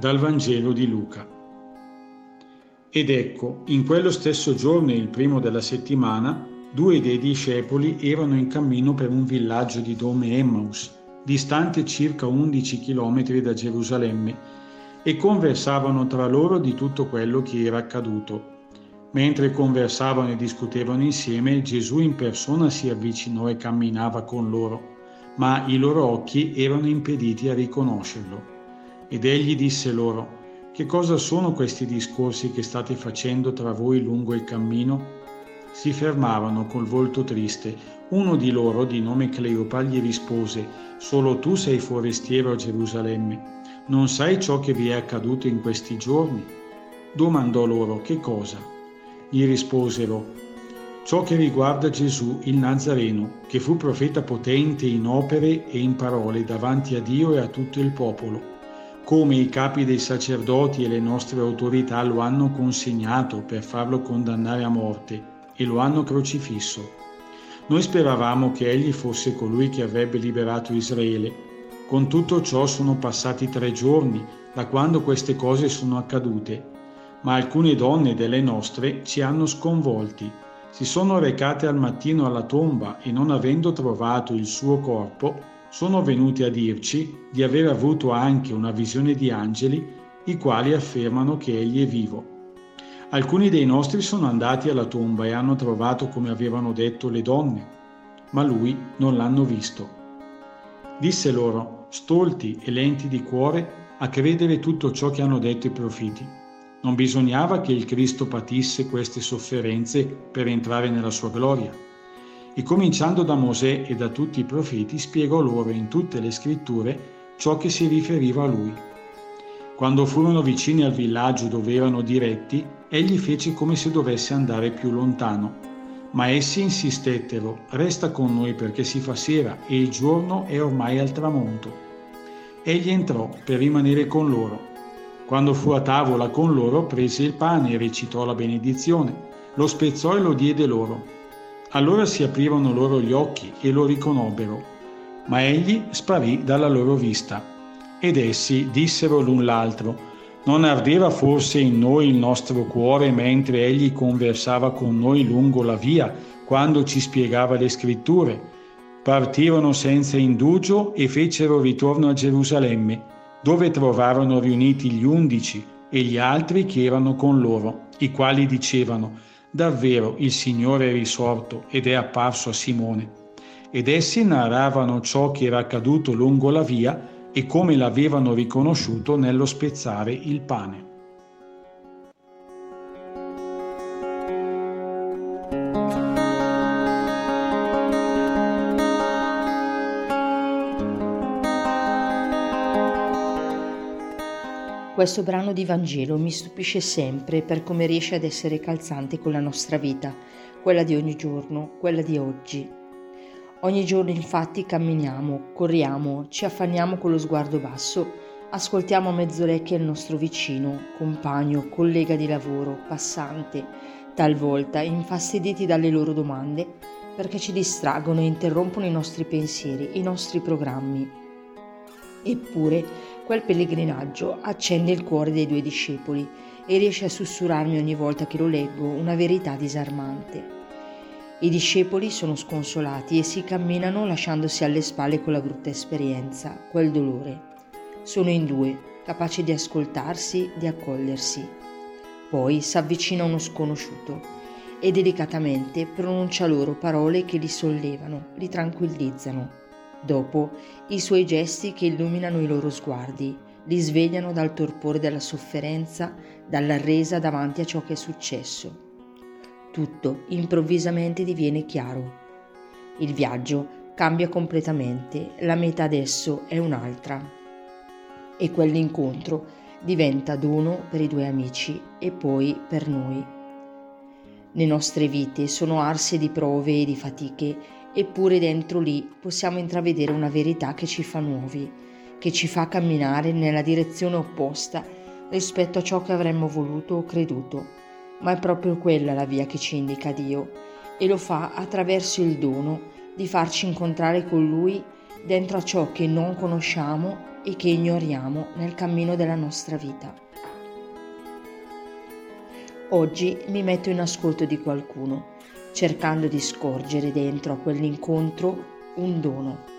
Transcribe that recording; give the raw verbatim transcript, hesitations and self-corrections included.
Dal Vangelo di Luca. Ed ecco, in quello stesso giorno, il primo della settimana, due dei discepoli erano in cammino per un villaggio di nome Emmaus, distante circa undici chilometri da Gerusalemme, e conversavano tra loro di tutto quello che era accaduto. Mentre conversavano e discutevano insieme, Gesù in persona si avvicinò e camminava con loro, ma i loro occhi erano impediti a riconoscerlo. Ed egli disse loro: «Che cosa sono questi discorsi che state facendo tra voi lungo il cammino?» Si fermarono col volto triste. Uno di loro, di nome Cleopa, gli rispose: «Solo tu sei forestiero a Gerusalemme. Non sai ciò che vi è accaduto in questi giorni?» Domandò loro: «Che cosa?» Gli risposero: «Ciò che riguarda Gesù il Nazareno, che fu profeta potente in opere e in parole davanti a Dio e a tutto il popolo. Come i capi dei sacerdoti e le nostre autorità lo hanno consegnato per farlo condannare a morte e lo hanno crocifisso. Noi speravamo che egli fosse colui che avrebbe liberato Israele. Con tutto ciò sono passati tre giorni da quando queste cose sono accadute, ma alcune donne delle nostre ci hanno sconvolti. Si sono recate al mattino alla tomba e, non avendo trovato il suo corpo, sono venuti a dirci di aver avuto anche una visione di angeli, i quali affermano che egli è vivo. Alcuni dei nostri sono andati alla tomba e hanno trovato come avevano detto le donne, ma lui non l'hanno visto». Disse loro: «Stolti e lenti di cuore a credere tutto ciò che hanno detto i profeti. Non bisognava che il Cristo patisse queste sofferenze per entrare nella sua gloria?» E cominciando da Mosè e da tutti i profeti, spiegò loro in tutte le scritture ciò che si riferiva a lui. Quando furono vicini al villaggio dove erano diretti, egli fece come se dovesse andare più lontano. Ma essi insistettero: «Resta con noi perché si fa sera e il giorno è ormai al tramonto». Egli entrò per rimanere con loro. Quando fu a tavola con loro, prese il pane e recitò la benedizione, lo spezzò e lo diede loro. Allora si aprirono loro gli occhi e lo riconobbero, ma egli sparì dalla loro vista. Ed essi dissero l'un l'altro: «Non ardeva forse in noi il nostro cuore mentre egli conversava con noi lungo la via, quando ci spiegava le scritture?» Partirono senza indugio e fecero ritorno a Gerusalemme, dove trovarono riuniti gli undici e gli altri che erano con loro, i quali dicevano: «Davvero il Signore è risorto ed è apparso a Simone». Ed essi narravano ciò che era accaduto lungo la via e come l'avevano riconosciuto nello spezzare il pane. Questo brano di Vangelo mi stupisce sempre per come riesce ad essere calzante con la nostra vita, quella di ogni giorno, quella di oggi. Ogni giorno infatti camminiamo, corriamo, ci affanniamo con lo sguardo basso, ascoltiamo a mezze orecchie il nostro vicino, compagno, collega di lavoro, passante, talvolta infastiditi dalle loro domande perché ci distraggono e interrompono i nostri pensieri, i nostri programmi. Eppure quel pellegrinaggio accende il cuore dei due discepoli e riesce a sussurrarmi ogni volta che lo leggo una verità disarmante. I discepoli sono sconsolati e si camminano lasciandosi alle spalle quella brutta esperienza, quel dolore. Sono in due, capaci di ascoltarsi, di accogliersi. Poi s'avvicina uno sconosciuto e delicatamente pronuncia loro parole che li sollevano, li tranquillizzano. Dopo, i suoi gesti che illuminano i loro sguardi, li svegliano dal torpore della sofferenza, dalla resa davanti a ciò che è successo. Tutto improvvisamente diviene chiaro. Il viaggio cambia completamente, la meta adesso è un'altra. E quell'incontro diventa dono per i due amici e poi per noi. Le nostre vite sono arse di prove e di fatiche, eppure dentro lì possiamo intravedere una verità che ci fa nuovi, che ci fa camminare nella direzione opposta rispetto a ciò che avremmo voluto o creduto, ma è proprio quella la via che ci indica Dio, e lo fa attraverso il dono di farci incontrare con Lui dentro a ciò che non conosciamo e che ignoriamo nel cammino della nostra vita. Oggi mi metto in ascolto di qualcuno, cercando di scorgere dentro a quell'incontro un dono,